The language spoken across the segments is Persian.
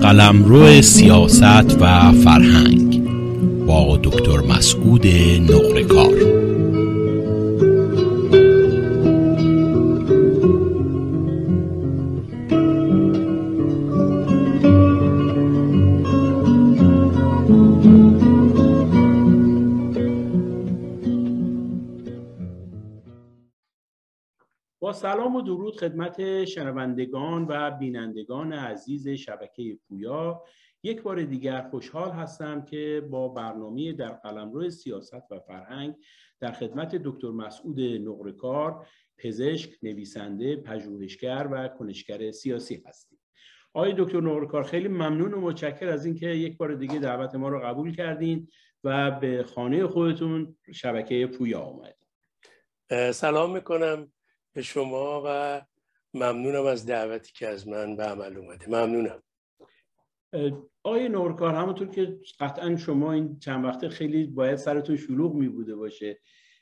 قلمرو سیاست و فرهنگ با دکتر مسعود نقره‌کار. با سلام و درود خدمت شنوندگان و بینندگان عزیز شبکه پویا، یک بار دیگر خوشحال هستم که با برنامه در قلمرو سیاست و فرهنگ در خدمت دکتر مسعود نقره‌کار، پزشک، نویسنده، پژوهشگر و کنشگر سیاسی هستیم. آقای دکتر نقره‌کار، خیلی ممنون و متشکر از اینکه یک بار دیگه دعوت ما رو قبول کردین و به خانه خودتون شبکه پویا آمدید. سلام میکنم به شما و ممنونم از دعوتی که از من به عمل اومده. ممنونم. آقای نقره‌کار، همونطور که قطعا شما این چند وقته خیلی باید سرتون شلوغ می بوده باشه،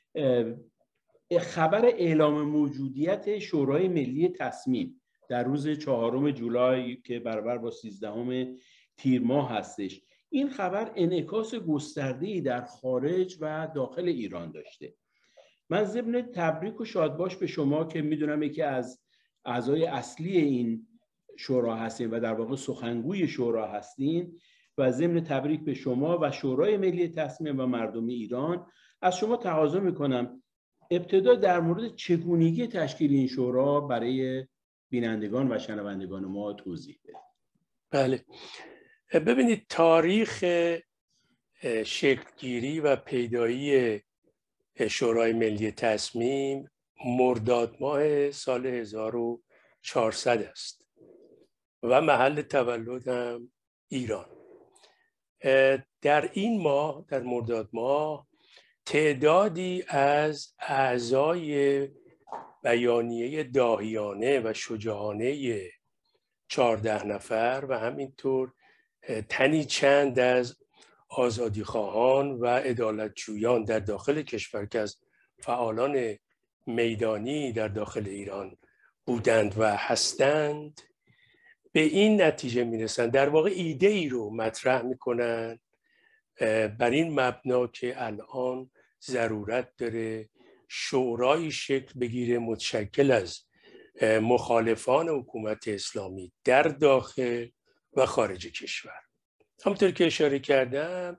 خبر اعلام موجودیت شورای ملی تصمیم در روز 4 جولای که برابر با 13 تیر ماه هستش، این خبر انعکاس گسترده‌ای در خارج و داخل ایران داشته. من ضمن تبریک و شادباش به شما که میدونم یکی از اعضای اصلی این شورا هستین و در واقع سخنگوی شورا هستین و ضمن تبریک به شما و شورای ملی تصمیم و مردم ایران از شما تقاضا میکنم ابتدا در مورد چگونگی تشکیل این شورا برای بینندگان و شنوندگان ما توضیح بدید. بله، ببینید تاریخ شکلگیری و پیدایی شورای ملی تصمیم مرداد ماه سال 1400 است و محل تولد هم ایران. در این ماه، در مرداد ماه، تعدادی از اعضای بیانیه داهیانه و شجاعانه 14 نفر و همینطور تنی چند از آزادیخواهان و عدالتجویان در داخل کشور که از فعالان میدانی در داخل ایران بودند و هستند به این نتیجه میرسند، در واقع ایده ای رو مطرح میکنند بر این مبنا که الان ضرورت داره شورای شکل بگیره متشکل از مخالفان حکومت اسلامی در داخل و خارج کشور. همونطور که اشاره کردم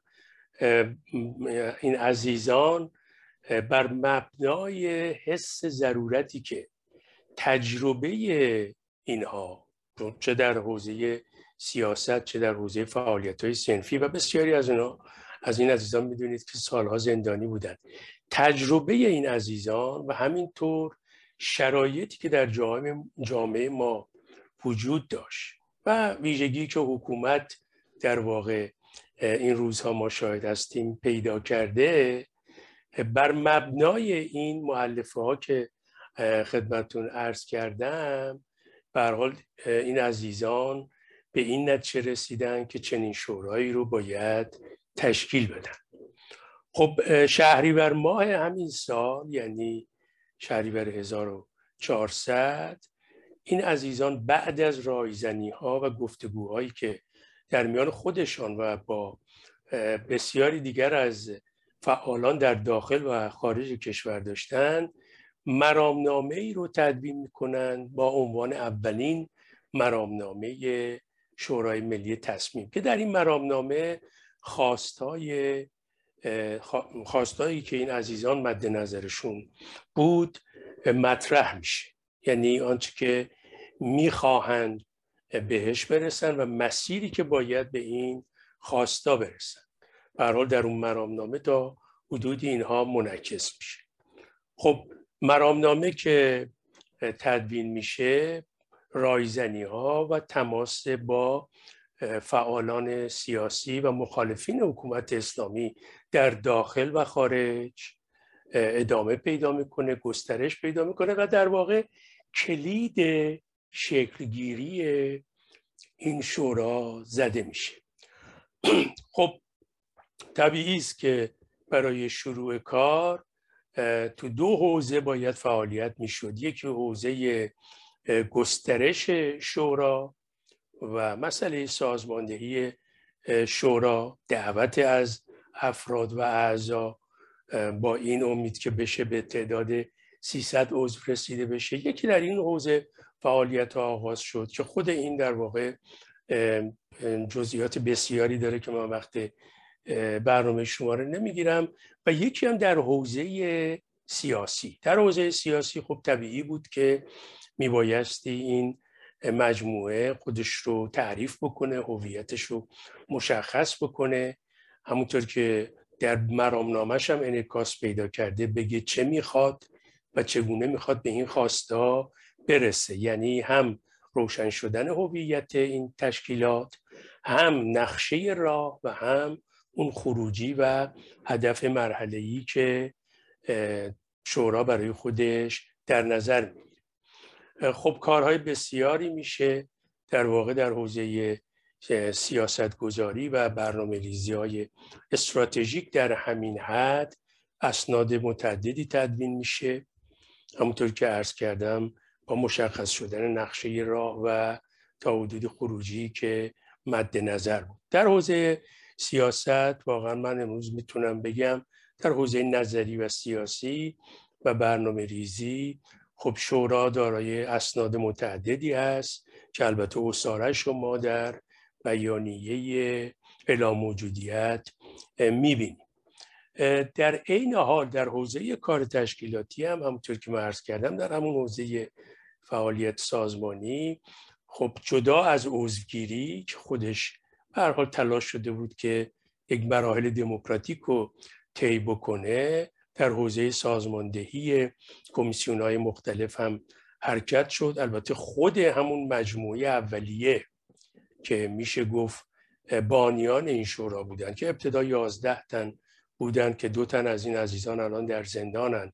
این عزیزان بر مبنای حس ضرورتی که تجربه اینها چه در حوزه سیاست چه در حوزه فعالیت‌های صنفی و بسیاری از این عزیزان میدونید که سالها زندانی بودند، تجربه این عزیزان و همینطور شرایطی که در جامعه ما وجود داشت و ویژگی که حکومت در واقع این روزها ما شاهد هستیم پیدا کرده، بر مبنای این مؤلفه ها که خدمتتون عرض کردم به هر حال این عزیزان به این نتیجه رسیدن که چنین شورایی رو باید تشکیل بدن. خب شهریور ماه همین سال، یعنی شهریور 1400، این عزیزان بعد از رایزنی ها و گفتگوهایی که در میان خودشان و با بسیاری دیگر از فعالان در داخل و خارج کشور داشتند، مرامنامه ای رو تدوین میکنند با عنوان اولین مرامنامه شورای ملی تصمیم که در این مرامنامه خواستایی که این عزیزان مد نظرشون بود مطرح میشه، یعنی آنچه که میخواهند بهش برسن و مسیری که باید به این خواستا برسن. به هر حال در اون مرامنامه تا حدودی اینها منعکس میشه. خب مرامنامه که تدوین میشه، رایزنی ها و تماس با فعالان سیاسی و مخالفین حکومت اسلامی در داخل و خارج ادامه پیدا میکنه، گسترش پیدا میکنه و در واقع کلید شکلگیری این شورا زده میشه. خب طبیعی است که برای شروع کار تو دو حوزه باید فعالیت میشد. یکی حوزه گسترش شورا و مسئله سازماندهی شورا، دعوت از افراد و اعضا با این امید که بشه به تعداد 300 عضو رسیده بشه. یکی در این حوزه فعالیت ها آغاز شد که خود این در واقع جزئیات بسیاری داره که من وقت برنامه شما رو نمیگیرم. و یکی هم در حوزه سیاسی. در حوزه سیاسی خب طبیعی بود که میبایستی این مجموعه خودش رو تعریف بکنه، هویتش رو مشخص بکنه، همونطور که در مرامنامه‌اش هم انعکاس پیدا کرده، بگه چه میخواد و چگونه میخواد به این خواسته برسه. یعنی هم روشن شدن هویت این تشکیلات، هم نقشه راه و هم اون خروجی و هدف مرحله‌ای که شورا برای خودش در نظر میگیره. خب کارهای بسیاری میشه در واقع در حوزه سیاست گذاری و برنامه ریزی های استراتژیک. در همین حد اسناد متعددی تدوین میشه، همونطور که عرض کردم با مشخص شدن نقشه راه و تا حدود خروجی که مد نظر بود. در حوزه سیاست واقعا من امروز میتونم بگم در حوزه نظری و سیاسی و برنامه ریزی خب شورا دارای اسناد متعددی هست که البته اسارش رو ما در بیانیه اعلام موجودیت میبینیم. در عین حال در حوزه کار تشکیلاتی هم همونطور که من عرض کردم در همون حوزه فعالیت سازمانی خب جدا از عضوگیری که خودش به هر حال تلاش شده بود که یک مراحل دموکراتیک رو طی بکنه، در حوزه سازماندهی کمیسیون‌های مختلف هم حرکت شد. البته خود همون مجموعه اولیه که میشه گفت بانیان این شورا بودن که ابتدا 11 تن بودن که 2 تن از این عزیزان الان در زندانن،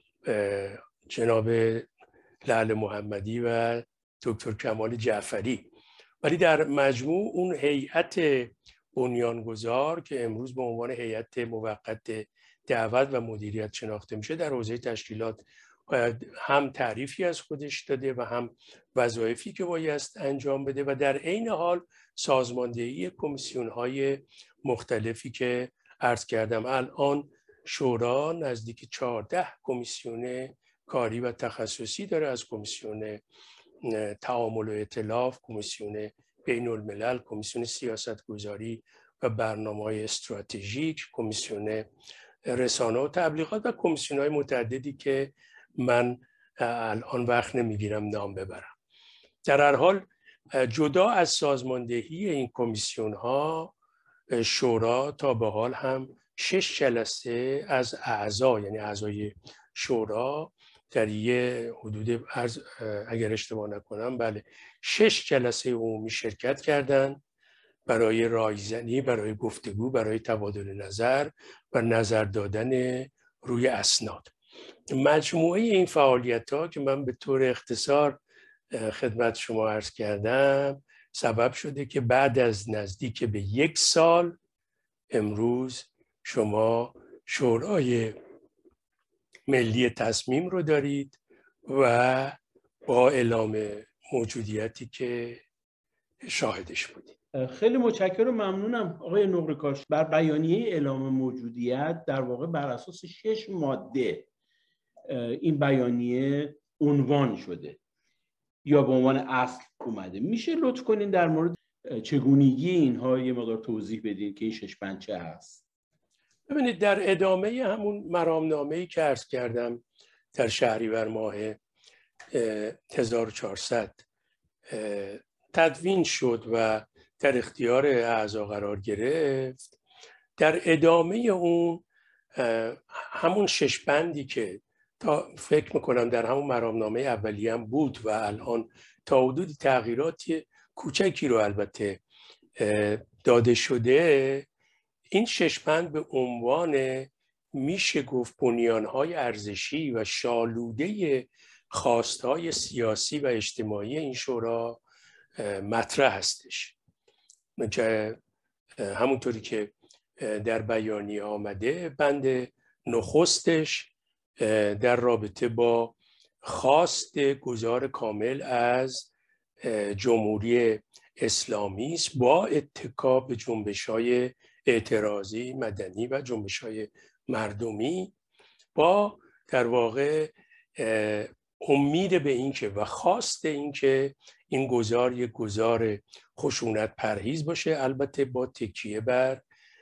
جناب لعل محمدی و دکتر کمال جعفری. ولی در مجموع اون هیئت بنیانگذار که امروز به عنوان هیئت موقت دعوت و مدیریت شناخته میشه در حوزه تشکیلات هم تعریفی از خودش داده و هم وظایفی که بایست انجام بده و در عین حال سازماندهی کمیسیون‌های مختلفی که عرض کردم. الان شورا نزدیک 14 کمیسیون کاری و تخصصی داره، از کمیسیون تعامل و ائتلاف، کمیسیون بین الملل، کمیسیون سیاست گذاری و برنامه‌های استراتژیک، کمیسیون رسانه و تبلیغات و کمیسیون‌های متعددی که من الان وقت نمیگیرم نام ببرم. در هر حال جدا از سازماندهی این کمیسیون‌ها، شورا تا به حال هم 6 جلسه از اعضا، یعنی اعضای شورا در یه حدود اگر اشتباه نکنم 6 جلسه عمومی شرکت کردن برای رایزنی، برای گفتگو، برای تبادل نظر و نظر دادن روی اسناد. مجموعه این فعالیت‌ها که من به طور اختصار خدمت شما عرض کردم سبب شده که بعد از نزدیک به 1 سال امروز شما شورای ملی تصمیم رو دارید و با اعلام موجودیتی که شاهدش بودید. خیلی متشکرم و ممنونم آقای نقره‌کار. بر بیانیه اعلام موجودیت در واقع بر اساس 6 ماده این بیانیه عنوان شده یا به عنوان اصل اومده. میشه لطف کنین در مورد چگونگی اینها یه مقدار توضیح بدین که این 6 بند چه هست؟ ببینید در ادامه همون مرامنامه‌ای که عرض کردم در شهریور ماه 1400 تدوین شد و در اختیار اعضا قرار گرفت، در ادامه اون همون 6 بندی که تا فکر میکنم در همون مرامنامه اولیه هم بود و الان تا حدود تغییرات کوچکی رو البته داده شده، این 6 بند به عنوان میشه گفت بنیانهای ارزشی و شالوده خواستهای سیاسی و اجتماعی این شورا مطرح هستش که همونطوری که در بیانیه آمده، بند نخستش در رابطه با خواست گذار کامل از جمهوری اسلامی است با اتکا به جنبش‌های اعتراضی مدنی و جنبش‌های مردمی، با در واقع امید به اینکه و خواست اینکه این گذار یک گذار خشونت پرهیز باشه، البته با تکیه بر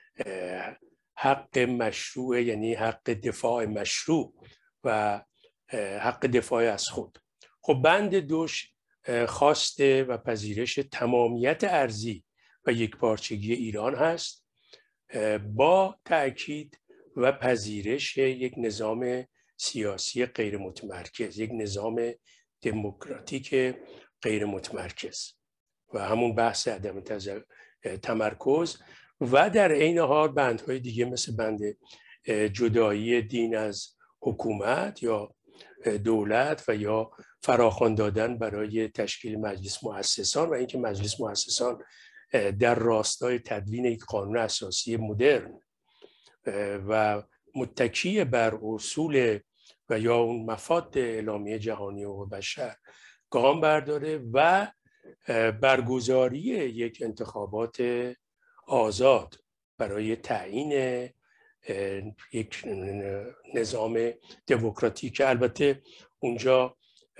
حق مشروع، یعنی حق دفاع مشروع و حق دفاع از خود. خب بند دوش خواسته و پذیرش تمامیت ارضی و یکپارچگی ایران هست، با تأکید و پذیرش یک نظام سیاسی غیر متمرکز، یک نظام دموکراتیک غیر متمرکز و همون بحث عدم تمرکز، و در عین حال بندهای دیگه مثل بند جدایی دین از حکومت یا دولت و یا فراخوان دادن برای تشکیل مجلس مؤسسان و اینکه مجلس مؤسسان در راستای تدوین یک قانون اساسی مدرن و متکی بر اصول و یا اون مفاد اعلامیه جهانی حقوق بشر گام برداره و برگزاری یک انتخابات آزاد برای تعیین یک نظام دموکراتیک. البته اونجا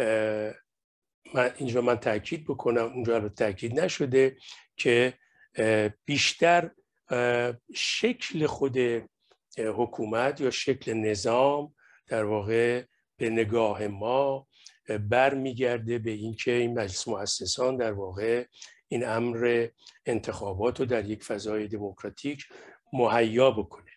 من تاکید بکنم، اونجا البته تاکید نشده که بیشتر شکل خود حکومت یا شکل نظام در واقع به نگاه ما برمیگرده به اینکه این مجلس مؤسسان در واقع این امر انتخابات رو در یک فضای دموکراتیک مهیا بکنه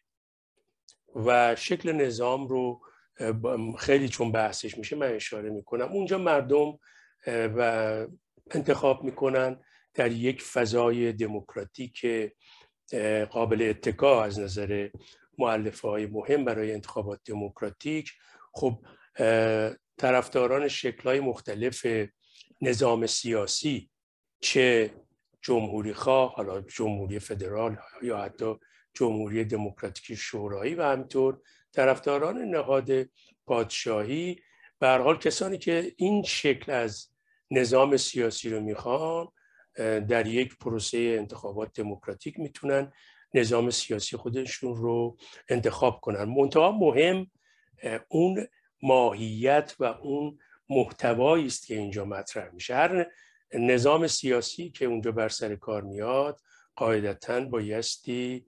و شکل نظام رو خیلی چون بحثش میشه من اشاره میکنم. اونجا مردم و انتخاب میکنن در یک فضای دموکراتیک قابل اتکا از نظر مؤلفه‌های مهم برای انتخابات دموکراتیک. خب طرفداران شکل‌های مختلف نظام سیاسی، چه جمهوری خواه، حالا جمهوری فدرال یا حتی جمهوری دموکراتیک شورایی، و همینطور طرفداران نهاد پادشاهی، به هر حال کسانی که این شکل از نظام سیاسی رو میخوان، در یک پروسه انتخابات دموکراتیک میتونن نظام سیاسی خودشون رو انتخاب کنن. منتها مهم اون ماهیت و اون محتوایی است که اینجا مطرح میشه. هر نظام سیاسی که اونجا بر سر کار میاد قاعدتاً بایستی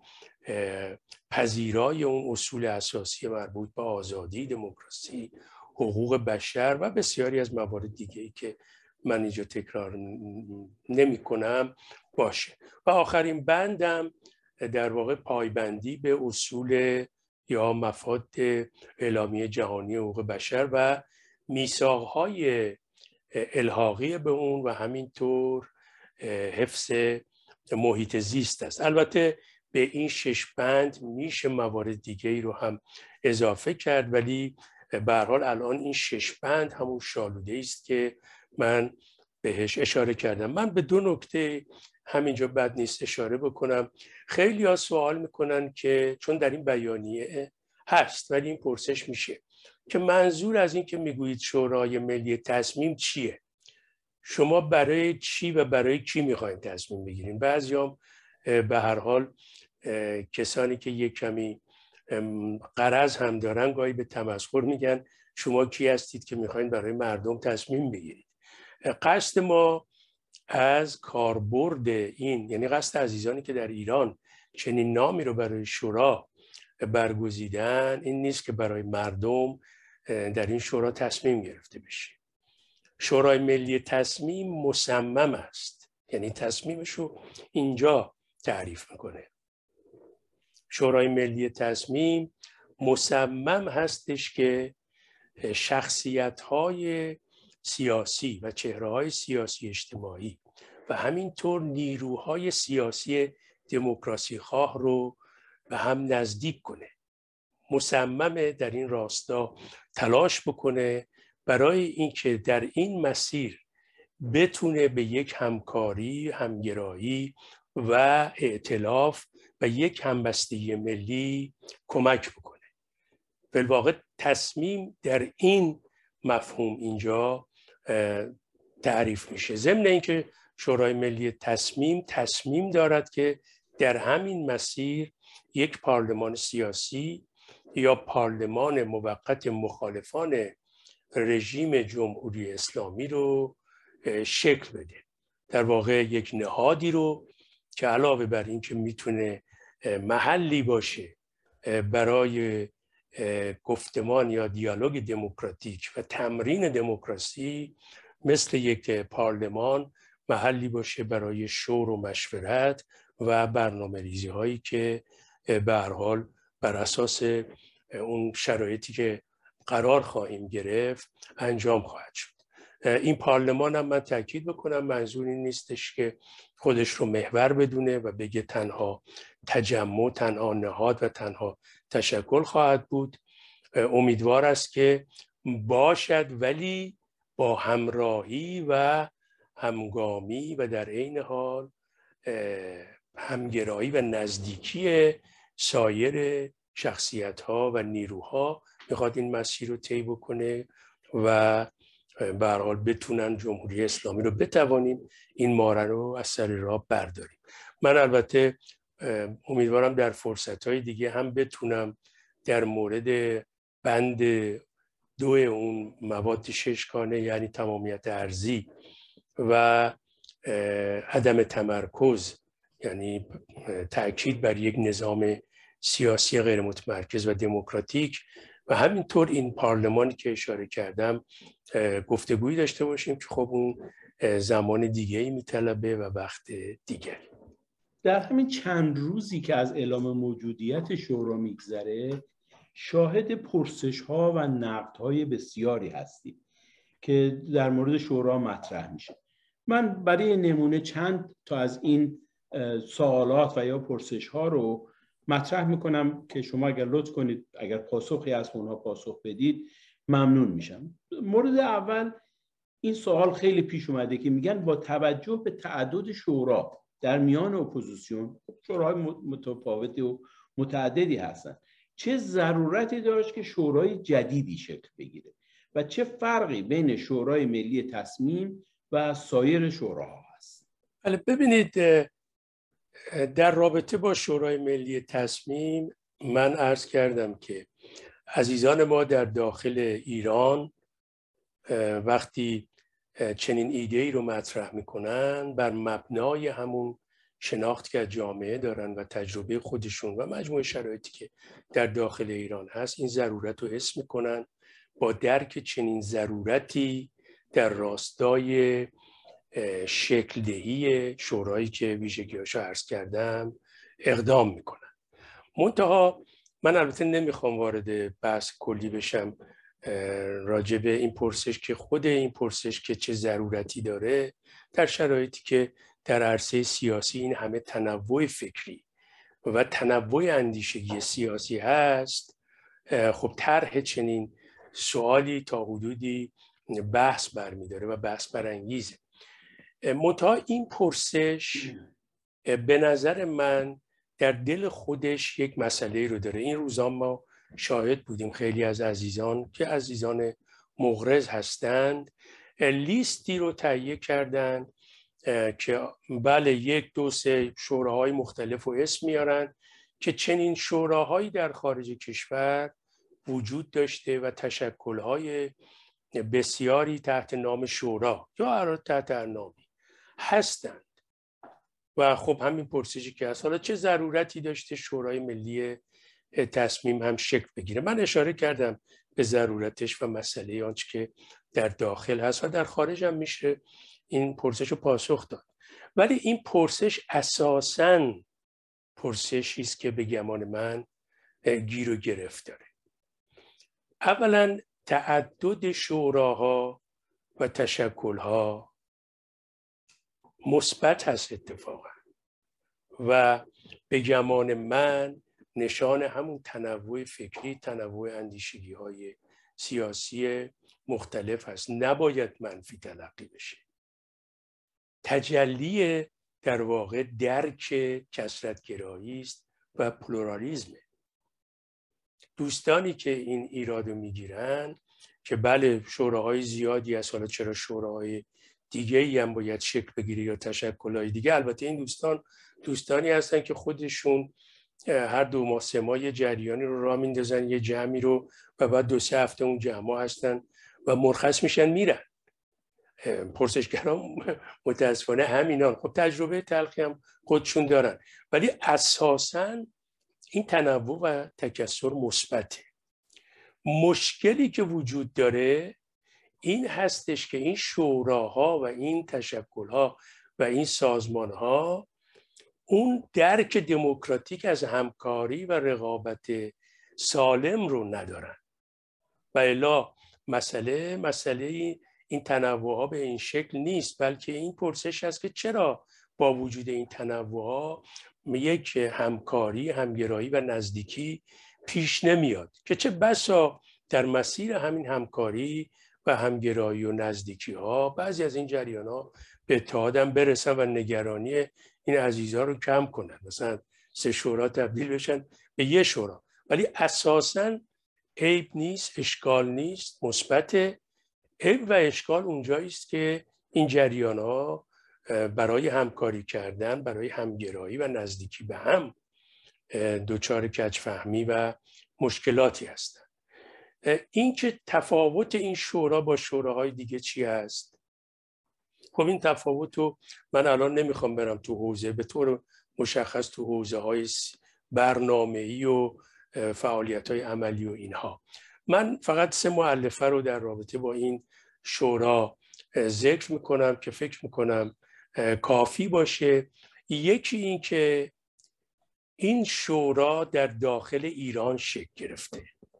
پذیرای اون اصول اساسی مربوط به آزادی، دموکراسی، حقوق بشر و بسیاری از موارد دیگه‌ای که من اینجا تکرار نمی کنم باشه. و آخرین بندم در واقع پایبندی به اصول یا مفاد اعلامیه جهانی حقوق بشر و میثاق‌های الحاقی به اون و همینطور حفظ محیط زیست است. البته به این 6 بند میشه موارد دیگه‌ای رو هم اضافه کرد، ولی به هر حال الان این 6 بند همون شالوده است که من بهش اشاره کردم. من به 2 نکته همینجا بد نیست اشاره بکنم. خیلی ها سوال میکنن که چون در این بیانیه هست ولی این پرسش میشه که منظور از این که میگویید شورای ملی تصمیم چیه؟ شما برای چی و برای کی میخواین تصمیم بگیرین؟ بعضیام به هر حال کسانی که یک کمی غرض هم دارن گاهی به تمسخر میگن شما کی هستید که میخواین برای مردم تصمیم بگیرید؟ قصد ما از کاربرد این، یعنی قصد عزیزانی که در ایران چنین نامی رو برای شورا برگزیدن، این نیست که برای مردم در این شورا تصمیم گرفته بشه. شورای ملی تصمیم مصمم است، یعنی تصمیمش رو اینجا تعریف میکنه. شورای ملی تصمیم مصمم هستش که شخصیت‌های سیاسی و چهره‌های سیاسی اجتماعی و همینطور نیروهای سیاسی دموکراسی خواه رو به هم نزدیک کنه. مصممه در این راستا تلاش بکنه برای اینکه در این مسیر بتونه به یک همکاری، همگرایی و ائتلاف و یک همبستگی ملی کمک بکنه. بالواقع تصمیم در این مفهوم اینجا تعریف میشه. ضمن اینکه شورای ملی تصمیم دارد که در همین مسیر یک پارلمان سیاسی یا پارلمان موقت مخالفان رژیم جمهوری اسلامی رو شکل بده. در واقع یک نهادی رو که علاوه بر این که میتونه محلی باشه برای گفتمان یا دیالوگ دموکراتیک و تمرین دموکراسی، مثل یک پارلمان محلی باشه برای شور و مشورت و برنامه‌ریزی هایی که به هر حال بر اساس اون شرایطی که قرار خواهیم گرفت انجام خواهد شد. این پارلمان هم من تاکید بکنم منظور این نیستش که خودش رو محور بدونه و بگه تنها تجمع، تنها نهاد و تنها تشکل خواهد بود. امیدوار است که باشد، ولی با همراهی و همگامی و در عین حال همگرایی و نزدیکی سایر شخصیت‌ها و نیروها میخواد این مسیر رو طی بکنه و به هر حال بتونن جمهوری اسلامی رو بتوانیم این ماره رو از سر راه برداریم. من البته امیدوارم در فرصت‌های دیگه هم بتونم در مورد بند 2 اون مواد 6 گانه، یعنی تمامیت ارضی و عدم تمرکز، یعنی تأکید بر یک نظام سیاسی غیر متمرکز و دموکراتیک و همینطور این پارلمانی که اشاره کردم گفتگویی داشته باشیم که خب اون زمان دیگه‌ای میطلبه و وقت دیگری. در همین چند روزی که از اعلام موجودیت شورا میگذره شاهد پرسش‌ها و نقدهای بسیاری هستیم که در مورد شورا مطرح میشه. من برای نمونه چند تا از این سوالات و یا پرسش‌ها رو مطرح میکنم که شما اگر لطف کنید اگر پاسخی از اونها پاسخ بدید ممنون میشم. مورد اول این سوال خیلی پیش اومده که میگن با توجه به تعدد شورا در میان اپوزیسیون، شوراهای متفاوتی و متعددی هستن، چه ضرورتی داشت که شورای جدیدی شکل بگیره و چه فرقی بین شورای ملی تصمیم و سایر شوراها هست؟ ببینید، در رابطه با شورای ملی تصمیم من عرض کردم که عزیزان ما در داخل ایران وقتی چنین ایده‌ای رو مطرح میکنن بر مبنای همون شناخت که جامعه دارن و تجربه خودشون و مجموع شرایطی که در داخل ایران هست این ضرورت رو حس میکنن، با درک چنین ضرورتی در راستای شکل دهی شورایی که ویژگی‌هاشو عرض کردم اقدام میکنن. منتها من البته نمیخوام وارد بحث کلی بشم راجع به این پرسش که خود این پرسش که چه ضرورتی داره در شرایطی که در عرصه سیاسی این همه تنوع فکری و تنوع اندیشگی سیاسی هست، خب طرح چنین سوالی تا حدودی بحث برمیداره و بحث برانگیزه. منتها این پرسش به نظر من در دل خودش یک مسئله رو داره. این روزا ما شاهد بودیم خیلی از عزیزان که عزیزان مغرض هستند لیستی رو تهیه کردند که بله 1 2 3 شوراهای مختلف رو اسم میارن که چنین شوراهایی در خارج کشور وجود داشته و تشکل‌های بسیاری تحت نام شورا یا تحت هر نامی هستند و خب همین پرسشی که هست حالا چه ضرورتی داشته شورای ملی تصمیم هم شکل بگیره. من اشاره کردم به ضرورتش و مسئله آنچه که در داخل هست و در خارج هم میشه این پرسش رو پاسخ داد. ولی این پرسش اساساً پرسشی است که به گمان من گیر و گرفت داره. اولا تعدد شوراها و تشکلها مثبت هست اتفاقا و به گمان من نشان همون تنوع فکری، تنوع اندیشگی های سیاسی مختلف هست، نباید منفی تلقی بشه. تجلی در واقع درک کثرت‌گرایی است و پلورالیسم. دوستانی که این ایرادو میگیرن که بله شوراهای زیادی هست، حالا چرا شوراهای دیگه ای هم باید شکل بگیره یا تشکل‌های دیگه. البته این دوستانی هستن که خودشون هر 2 ماه 3 ماه یه جریانی رو راه میندازن، یه جمعی رو، و بعد 2-3 هفته اون جمع‌ها هستن و مرخص میشن میرن. پرسشگران متاسفانه همینان، خب تجربه تلخی هم خودشون دارن، ولی اساساً این تنوع و تکثر مثبته. مشکلی که وجود داره این هستش که این شوراها و این تشکل‌ها و این سازمان‌ها اون درک دموکراتیک از همکاری و رقابت سالم رو ندارن. و الا مسئله این تنوع‌ها به این شکل نیست، بلکه این پرسش هست که چرا با وجود این تنوع‌ها یک همکاری، همگرایی و نزدیکی پیش نمیاد، که چه بسا در مسیر همین همکاری و همگرایی و نزدیکی ها بعضی از این جریان ها به اتحاد هم برسن و نگرانی این عزیزا رو کم کنن، مثلا 3 شورا تبدیل بشن به 1 شورا. ولی اساساً عیب نیست، اشکال نیست، مثبت. عیب و اشکال اونجایی است که این جریان ها برای همکاری کردن، برای همگرایی و نزدیکی به هم دچار کج‌فهمی و مشکلاتی هستند. این که تفاوت این شورا با شوراهای دیگه چی هست؟ خب این تفاوت رو من الان نمیخوام برم تو حوزه، به طور مشخص تو حوزه های برنامه‌ای و فعالیت های عملی و اینها. من فقط 3 مؤلفه رو در رابطه با این شورا ذکر میکنم که فکر میکنم کافی باشه. یکی این که این شورا در داخل ایران شکل گرفته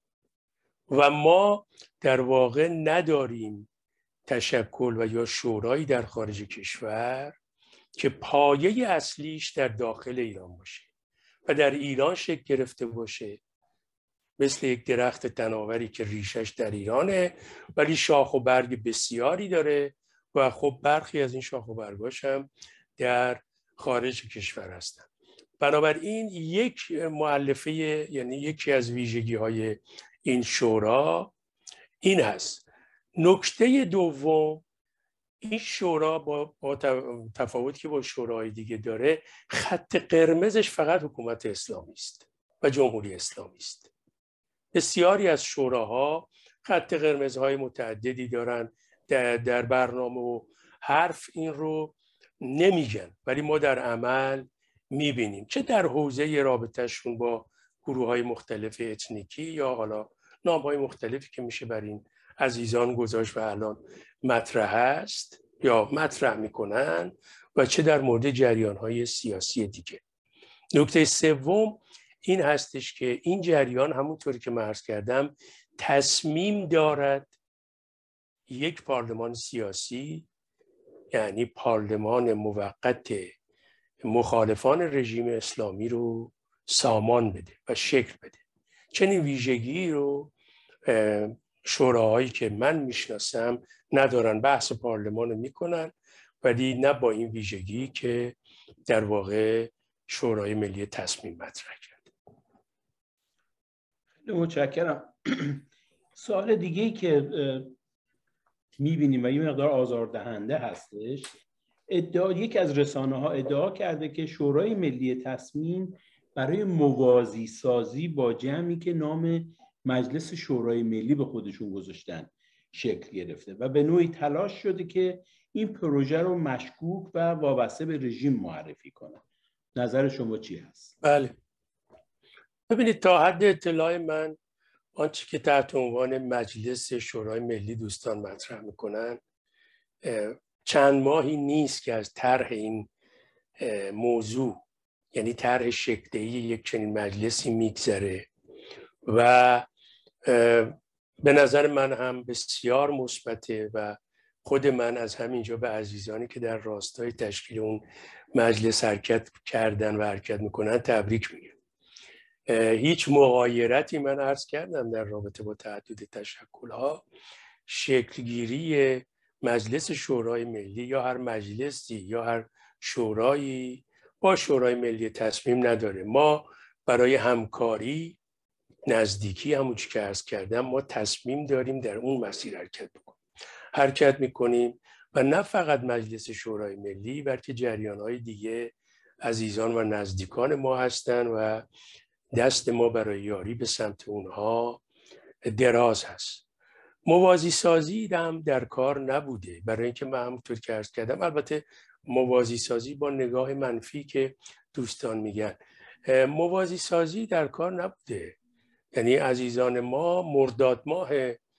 و ما در واقع نداریم تشکل و یا شورایی در خارج کشور که پایه اصلیش در داخل ایران باشه و در ایران شکل گرفته باشه، مثل یک درخت تناوری که ریشش در ایرانه ولی شاخ و برگ بسیاری داره و خب برخی از این شاخ و برگاش هم در خارج کشور هستن. بنابراین یک مؤلفه، یعنی یکی از ویژگی های این شورا این هست. نکته دوم، این شورا با تفاوتی که با شوراهای دیگه داره، خط قرمزش فقط حکومت اسلامی است و جمهوری اسلامی است. بسیاری از شوراها خط قرمزهای متعددی دارن، در برنامه و حرف این رو نمیگن، ولی ما در عمل میبینیم، چه در حوزه رابطهشون با گروه‌های مختلف اتنیکی یا حالا نام‌های مختلفی که میشه بر این عزیزان گذاشت و الان مطرح است یا مطرح میکنن، و چه در مورد جریان‌های سیاسی دیگه. نکته سوم این هستش که این جریان همونطوری که من عرض کردم تصمیم دارد یک پارلمان سیاسی، یعنی پارلمان موقت مخالفان رژیم اسلامی رو سامان بده و شکل بده. چنین ویژگی رو شوراهایی که من میشناسم ندارن، بحث پارلمان رو میکنن ولی نه با این ویژگی که در واقع شورای ملی تصمیم مطرح کرده. متشکرم. سوال دیگه‌ای که میبینیم و این مقدار آزاردهنده هستش، یکی از رسانه‌ها ادعا کرده که شورای ملی تصمیم برای موازی سازی با جمعی که نام مجلس شورای ملی به خودشون گذاشتن شکل گرفته و به نوعی تلاش شده که این پروژه رو مشکوک و وابسته به رژیم معرفی کنه. نظر شما چی هست؟ بله، ببینید تا حد اطلاع من آنچه که تحت عنوان مجلس شورای ملی دوستان مطرح میکنن چند ماهی نیست که از طرح این موضوع، یعنی طرح شکل‌دهی یک چنین مجلسی میگذره و به نظر من هم بسیار مثبته و خود من از همینجا به عزیزانی که در راستای تشکیل اون مجلس حرکت کردن و حرکت میکنن تبریک میگم. هیچ مغایرتی من عرض کردم در رابطه با تعدد تشکل‌ها، شکلگیری مجلس شورای ملی یا هر مجلسی یا هر شورایی با شورای ملی تصمیم نداره. ما برای همکاری، نزدیکی، همونچه که عرض کردم، ما تصمیم داریم در اون مسیر حرکت بکنیم. حرکت میکنیم و نه فقط مجلس شورای ملی بلکه جریان‌های دیگه عزیزان و نزدیکان ما هستند و دست ما برای یاری به سمت اونها دراز هست. موازی سازی هم در کار نبوده، برای اینکه من همونطور که عرض کردم، البته موازی سازی با نگاه منفی که دوستان میگن، موازی سازی در کار نبوده. یعنی عزیزان ما مرداد ماه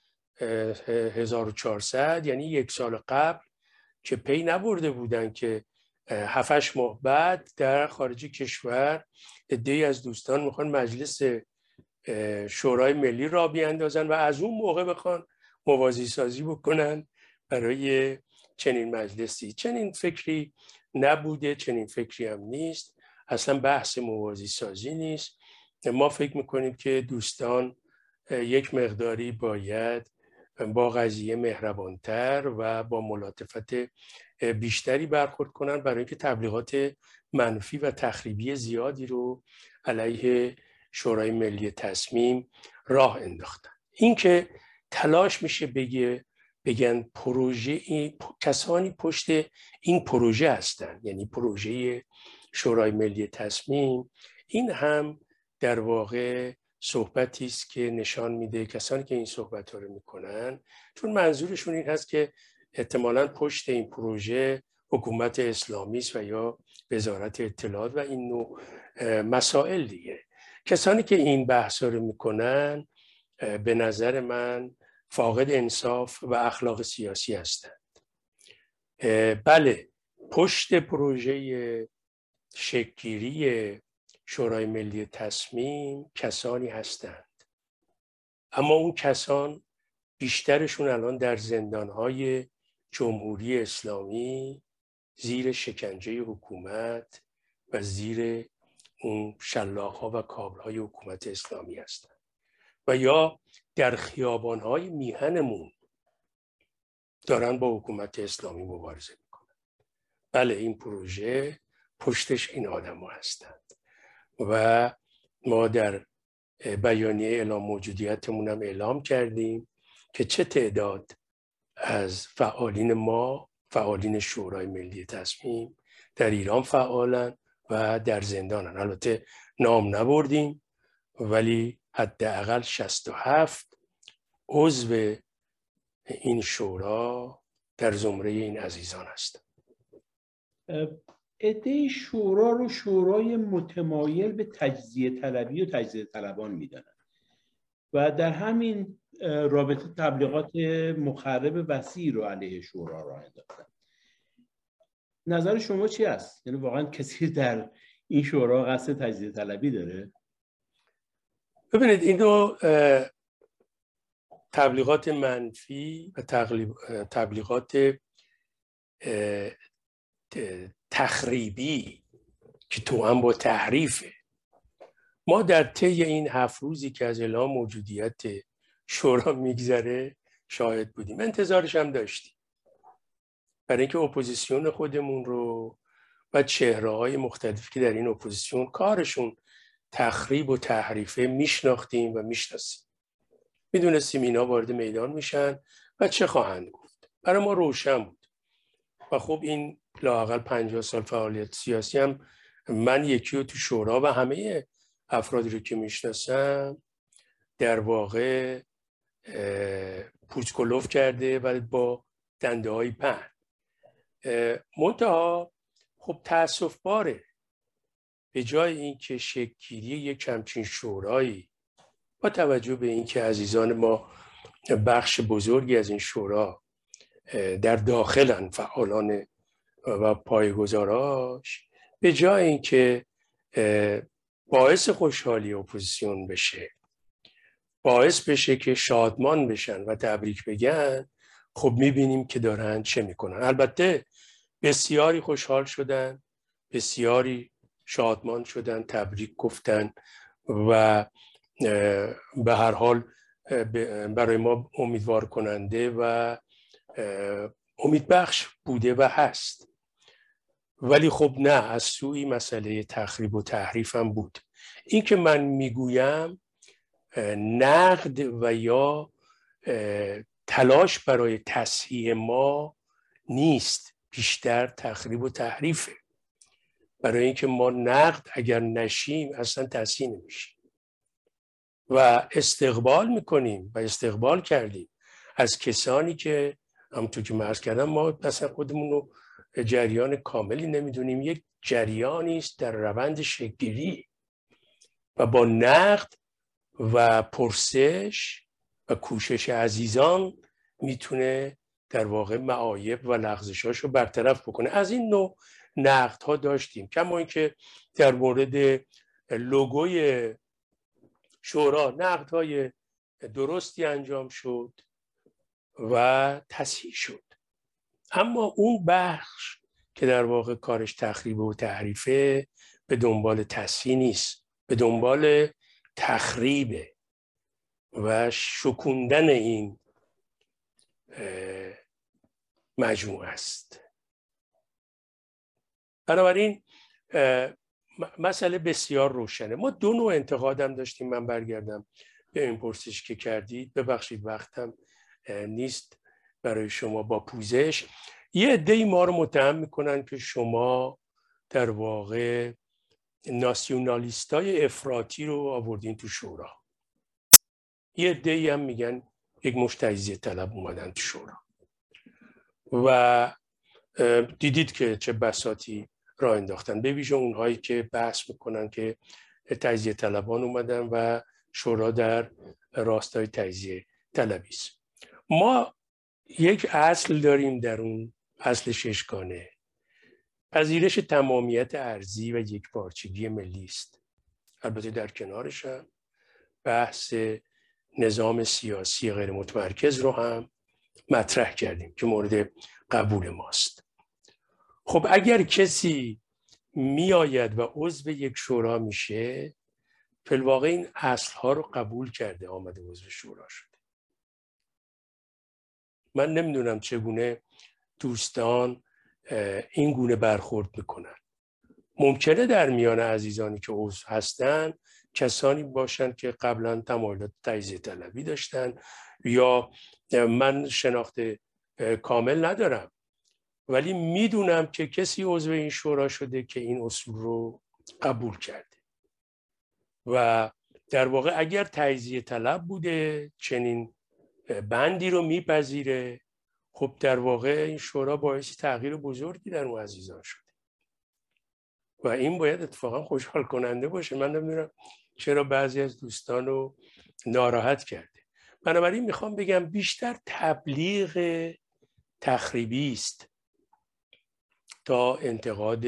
1400، یعنی 1 سال قبل، که پی نبرده بودن که 7-8 ماه بعد در خارج کشور عده‌ای از دوستان میخوان مجلس شورای ملی را بیاندازن و از اون موقع بخوان موازی سازی بکنن برای چنین مجلسی. چنین فکری نبوده، چنین فکری هم نیست، اصلا بحث موازی سازی نیست. ما فکر میکنیم که دوستان یک مقداری باید با قضیه مهربانتر و با ملاطفت بیشتری برخورد کنن، برای اینکه تبلیغات منفی و تخریبی زیادی رو علیه شورای ملی تصمیم راه انداختن. این که تلاش میشه بگن پروژه، کسانی پشت این پروژه هستن، یعنی پروژه شورای ملی تصمیم، این هم در واقع صحبتی است که نشان میده کسانی که این صحبت ها رو میکنن، چون منظورشون این هست که احتمالاً پشت این پروژه حکومت اسلامی است و یا وزارت اطلاعات و این نوع مسائل دیگه. کسانی که این بحث رو میکنن به نظر من فاقد انصاف و اخلاق سیاسی هستند. بله، پشت پروژه شکل‌گیری شورای ملی تصمیم کسانی هستند، اما اون کسان بیشترشون الان در زندانهای جمهوری اسلامی زیر شکنجه حکومت و زیر اون شلاق‌ها و کابل‌های حکومت اسلامی هستند و یا در خیابان‌های میهنمون دارن با حکومت اسلامی مبارزه میکنن. بله، این پروژه پشتش این آدم‌ها هستند و ما در بیانیه اعلام موجودیتمون هم اعلام کردیم که چه تعداد از فعالین شورای ملی تصمیم در ایران فعالن و در زندانن. البته نام نبردیم، ولی حداقل 67 عضو این شورا در زمره این عزیزان هستند. عده شورا رو شورای متمایل به تجزیه طلبی و تجزیه طلبان میدانن و در همین رابطه تبلیغات مخرب وسیع رو علیه شورا راه انداختن. نظر شما چی است؟ یعنی واقعا کسی در این شورا قصد تجزیه طلبی داره؟ ببینید، این دو تبلیغات منفی و تبلیغات تخریبی که تو هم با تحریفه، ما در طی این 7 روزی که از اعلام موجودیت شورا میگذره شاهد بودیم، انتظارش هم داشتیم، برای اینکه اپوزیسیون خودمون رو و چهره‌های مختلفی که در این اپوزیسیون کارشون تخریب و تحریفه میشناختیم و میشناسیم. میدونستیم اینا وارد میدان میشن و چه خواهند گفت. برای ما روشن بود و خب این لااقل 50 سال فعالیت سیاسی هم من یکی رو تو شورا و همه افرادی رو که میشناسم در واقع پوچکلوف کرده و با دنده های پهن. منتها خب تأسف باره، به جای اینکه شکل‌گیری یک همچین شورایی با توجه به اینکه عزیزان ما بخش بزرگی از این شورا در داخلن، فعالان و پایه‌گذاراش، به جای اینکه باعث خوشحالی اپوزیسیون بشه، باعث بشه که شادمان بشن و تبریک بگن، خب میبینیم که دارن چه میکنن. البته بسیاری خوشحال شدن، بسیاری شادمان شدن، تبریک گفتن و به هر حال برای ما امیدوار کننده و امیدبخش بوده و هست. ولی خب نه، از سوی مسئله تخریب و تحریف هم بود. این که من میگویم نقد و یا تلاش برای تصحیح ما نیست، بیشتر تخریب و تحریفه. برای اینکه ما نقد اگر نشیم اصلا تصحیح نمیشیم و استقبال میکنیم و استقبال کردیم از کسانی که همونطور که عرض کردم ما مثلا خودمون رو جریان کاملی نمیدونیم، یک جریانی است در روند شکل‌گیری و با نقد و پرسش و کوشش عزیزان میتونه در واقع معایب و لغزشاشو برطرف بکنه. از این نوع نقدها داشتیم، کما اینکه در مورد لوگوی شورا نقدهای درستی انجام شد و تصحیح شد. اما اون بخش که در واقع کارش تخریب و تحریفه به دنبال تصحیح نیست، به دنبال تخریبه و شکوندن این مجموعه است. بنابراین مسئله بسیار روشنه. ما دو نوع انتقادم داشتیم. من برگردم به این پرسش که کردید، ببخشید وقتم نیست برای شما با پوزش. یه عده‌ای ما رو متهم میکنن که شما در واقع ناسیونالیستای افراطی رو آوردین تو شورا. یه عده‌ای هم میگن یک مشت تجزیه طلب اومدن تو شورا و دیدید که چه بساطی راه انداختن، به ویژه اونهایی که بحث میکنن که تجزیه طلبان اومدن و شورا در راستای تجزیه طلبی است. ما یک اصل داریم، در اون اصل ششگانه پذیرش تمامیت ارضی و یکپارچگی ملی است. البته در کنارش هم بحث نظام سیاسی غیر متمرکز رو هم مطرح کردیم که مورد قبول ماست. خب اگر کسی میآید و عضو یک شورا میشه، فی الواقع این اصلها رو قبول کرده، آمده عضو شورا شده. من نمیدونم چگونه دوستان این گونه برخورد میکنن. ممکنه در میان عزیزانی که عضو هستن کسانی باشن که قبلا تمایلات تجزیه طلبی داشتن، یا من شناخت کامل ندارم، ولی میدونم که کسی عضو این شورا شده که این اصول رو قبول کرده و در واقع اگر تجزیه طلب بوده چنین بندی رو میپذیره، خب در واقع این شورا باعث تغییر بزرگی در اون عزیزان شده و این باید اتفاقا خوشحال کننده باشه. من نمیدونم چرا بعضی از دوستان رو ناراحت کرده. بنابراین میخوام بگم بیشتر تبلیغ تخریبی است تا انتقاد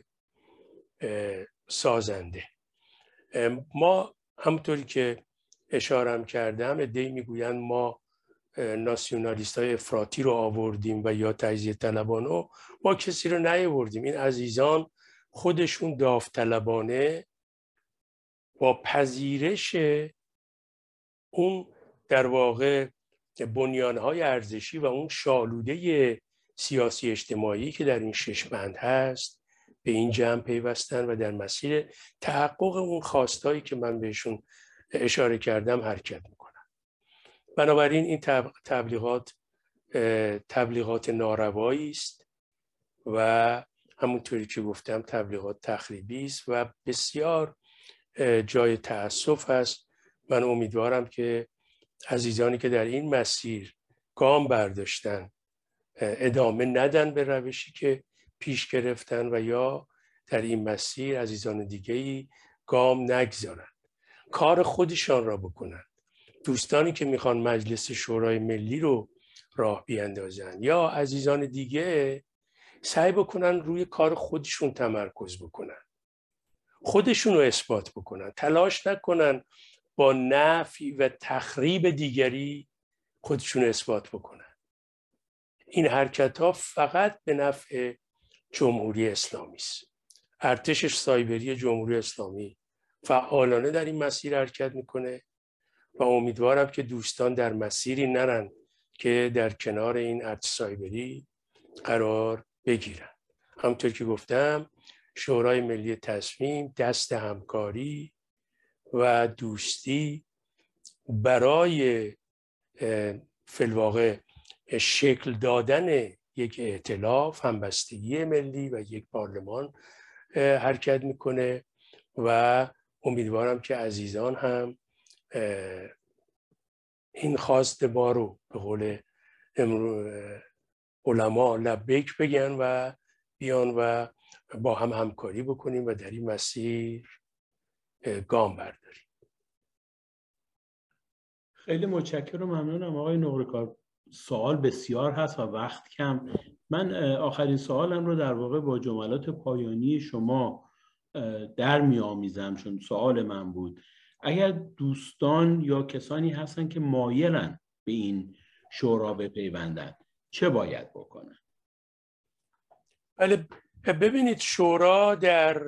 سازنده. ما همونطوری که اشارم کردم، عده‌ای میگویند ما ناسیونالیستای افراطی رو آوردیم و یا تجزیه طلبانو. ما کسی رو نیاوردیم. این عزیزان خودشون داوطلبانه با پذیرش اون در واقع بنیانهای ارزشی و اون شالوده سیاسی اجتماعی که در این 6 بند هست به این جمع پیوستن و در مسیر تحقق اون خواستایی که من بهشون اشاره کردم حرکت میکنن. بنابراین این تبلیغات ناروایی است و همونطوری که گفتم تبلیغات تخریبی است و بسیار جای تأسف است. من امیدوارم که عزیزانی که در این مسیر گام برداشتن ادامه ندن به روشی که پیش گرفتن و یا در این مسیر عزیزان دیگه‌ای گام نگذارن، کار خودشان را بکنن. دوستانی که میخوان مجلس شورای ملی رو راه بیاندازن یا عزیزان دیگه سعی بکنن روی کار خودشون تمرکز بکنن، خودشون رو اثبات بکنن، تلاش نکنن با نفی و تخریب دیگری خودشون رو اثبات بکنن. این حرکت ها فقط به نفع جمهوری اسلامی است. ارتش سایبری جمهوری اسلامی فعالانه در این مسیر حرکت میکنه و امیدوارم که دوستان در مسیری نرن که در کنار این ارتش سایبری قرار بگیرن. همونطور که گفتم شورای ملی تصمیم دست همکاری و دوستی برای فی الواقع شکل دادن یک ائتلاف، همبستگی ملی و یک پارلمان حرکت میکنه و امیدوارم که عزیزان هم این خواست ما رو به قول علما لبیک بگن و بیان و با هم همکاری بکنیم و در این مسیر گام برداریم. خیلی متشکرم و ممنونم آقای نقره‌کار. سوال بسیار هست و وقت کم. من آخرین سوالم رو در واقع با جملات پایانی شما در می‌آمیزم، چون سوال من بود. اگر دوستان یا کسانی هستن که مایلن به این شورا بپیوندن، چه باید بکنن؟ بله، ببینید شورا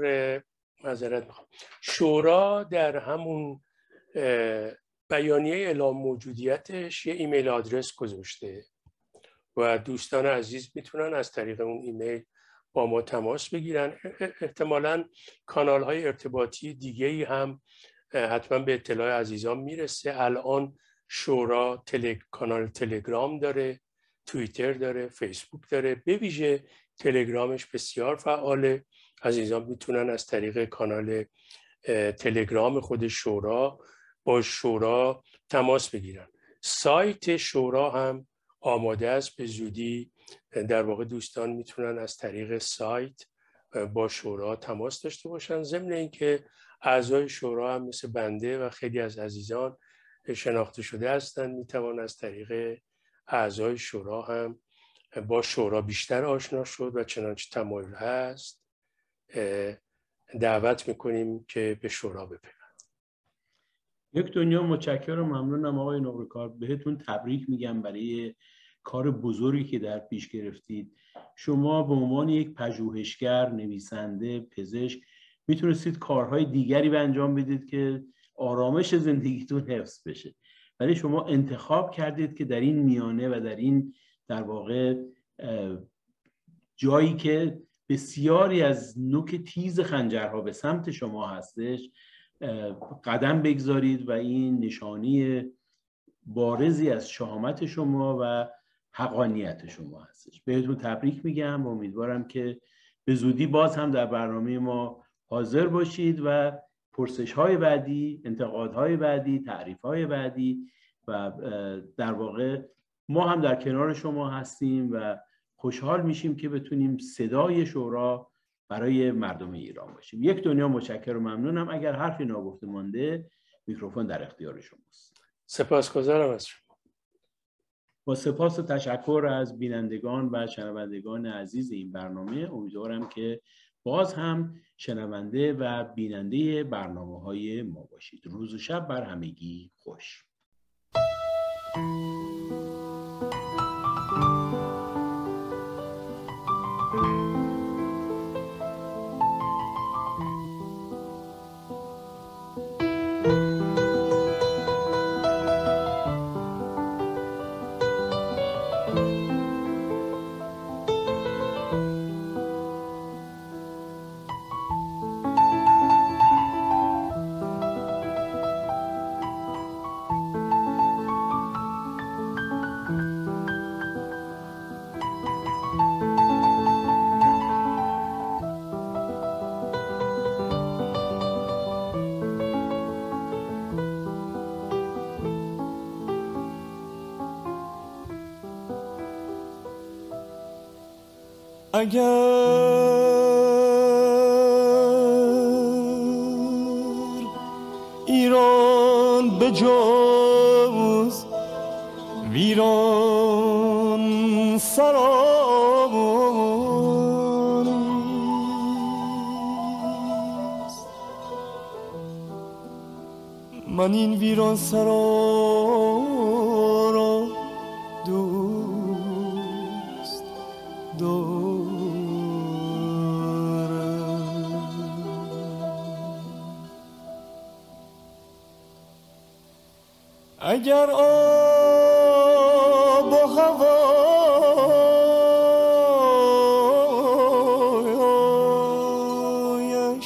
در همون بیانیه اعلام موجودیتش یه ایمیل آدرس گذاشته و دوستان عزیز میتونن از طریق اون ایمیل با ما تماس بگیرن. احتمالاً کانال های ارتباطی دیگه‌ای هم حتما به اطلاع عزیزان میرسه. الان شورا کانال تلگرام داره، توییتر داره، فیسبوک داره. به ویژه تلگرامش بسیار فعاله. عزیزان میتونن از طریق کانال تلگرام خود شورا با شورا تماس بگیرن. سایت شورا هم آماده است، به زودی در واقع دوستان میتونن از طریق سایت با شورا تماس داشته باشن. ضمن اینکه اعضای شورا هم مثل بنده و خیلی از عزیزان شناخته شده هستند، میتوان از طریق اعضای شورا هم با شورا بیشتر آشنا شد و چنانچه تمایل هست دعوت میکنیم که به شورا بپیوندید. یک دنیا متشکرم و ممنونم آقای نقره‌کار. بهتون تبریک میگم برای کار بزرگی که در پیش گرفتید. شما به عنوان یک پژوهشگر، نویسنده، پزشک میتونستید کارهای دیگری به انجام بدید که آرامش زندگیتون حفظ بشه، ولی شما انتخاب کردید که در این میانه و در این در واقع جایی که بسیاری از نوک تیز خنجرها به سمت شما هستش قدم بگذارید و این نشانی بارزی از شهامت شما و حقانیت شما هستش. بهتون تبریک میگم و امیدوارم که به زودی باز هم در برنامه ما حاضر باشید و پرسش‌های بعدی، انتقادهای بعدی، تعریف‌های بعدی و در واقع ما هم در کنار شما هستیم و خوشحال میشیم که بتونیم صدای شورا برای مردم ایران باشیم. یک دنیا متشکرم و ممنونم. اگر حرفی ناگفته مانده میکروفون در اختیار شماست. سپاسگزارم از شما. با سپاس و تشکر از بینندگان و شنوندگان عزیز این برنامه، امیدوارم که باز هم شنونده و بیننده برنامه‌های ما باشید. روز و شب بر همگی خوش. اگر ایران به جز ویران سرانیست، من این ویران سرا را دوست دارم. اگر آب و هوایش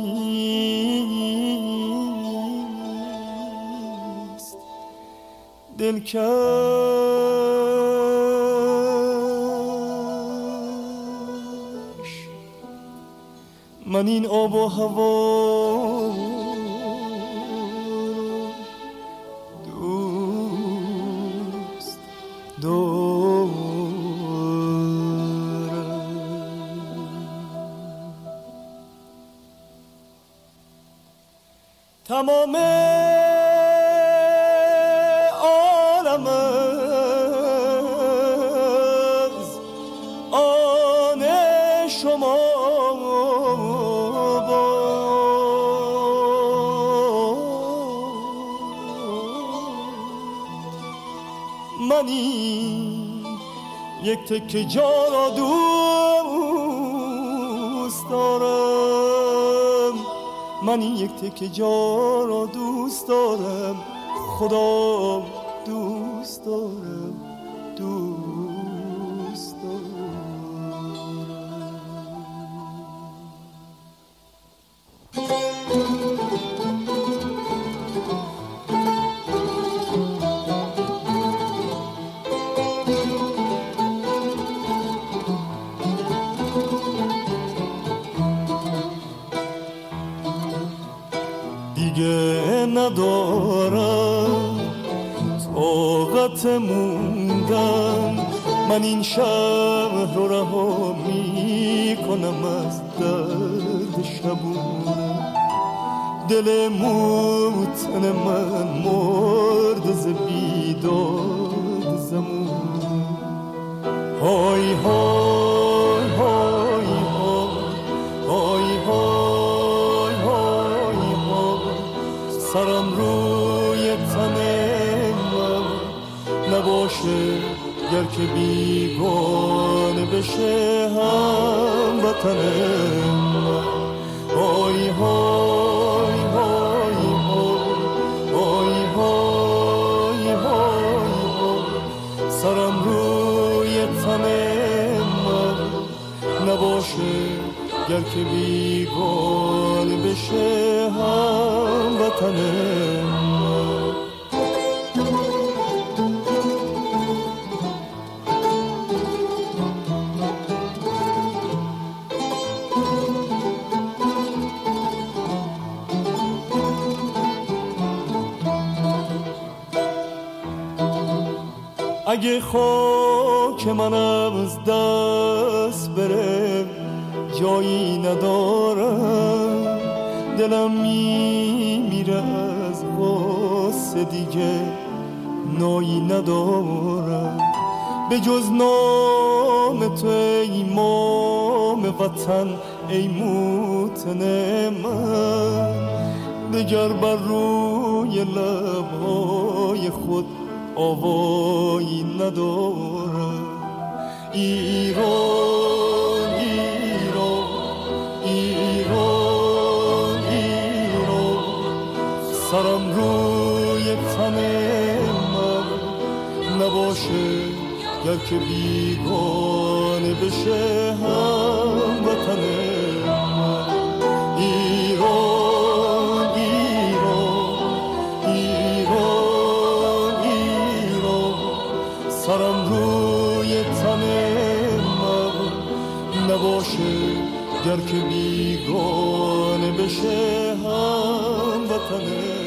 نیست، دلکش من این آب و هوا دوست دارم. تمام عالم از آن شما من این یک تکه جا را دوست دارم. من این یک تکه جا را دوست دارم. خدا دوست دارم، دوست دارم. دیگه ندارم طاقت موندن، من این شهر رو رها میکنم از درد شبونه. دل موتن من مرد ز بیداد زمونه. های های های های های های های سرم روی تن من نباشه گر که بیگانه بشه هم وطن من. های های های های های های سرم روی تن من نباشه گر که بیگانه بشه هم وطن من. اگه خاک منم از دست بره جایی ندارم، دلم میمیره از غصه دیگه نایی ندارم. به جز نام تو ای امام وطن ای موطن من، دگر بر روی لبهای خود آوایی ندارم. ایران ایران ایران ایران سرم روی تن من نباشه گر که بیگانه بشه هم وطن من. ایران ایران ایران ایران سرم روی تن من نباشه گر که بیگانه بشه هم وطن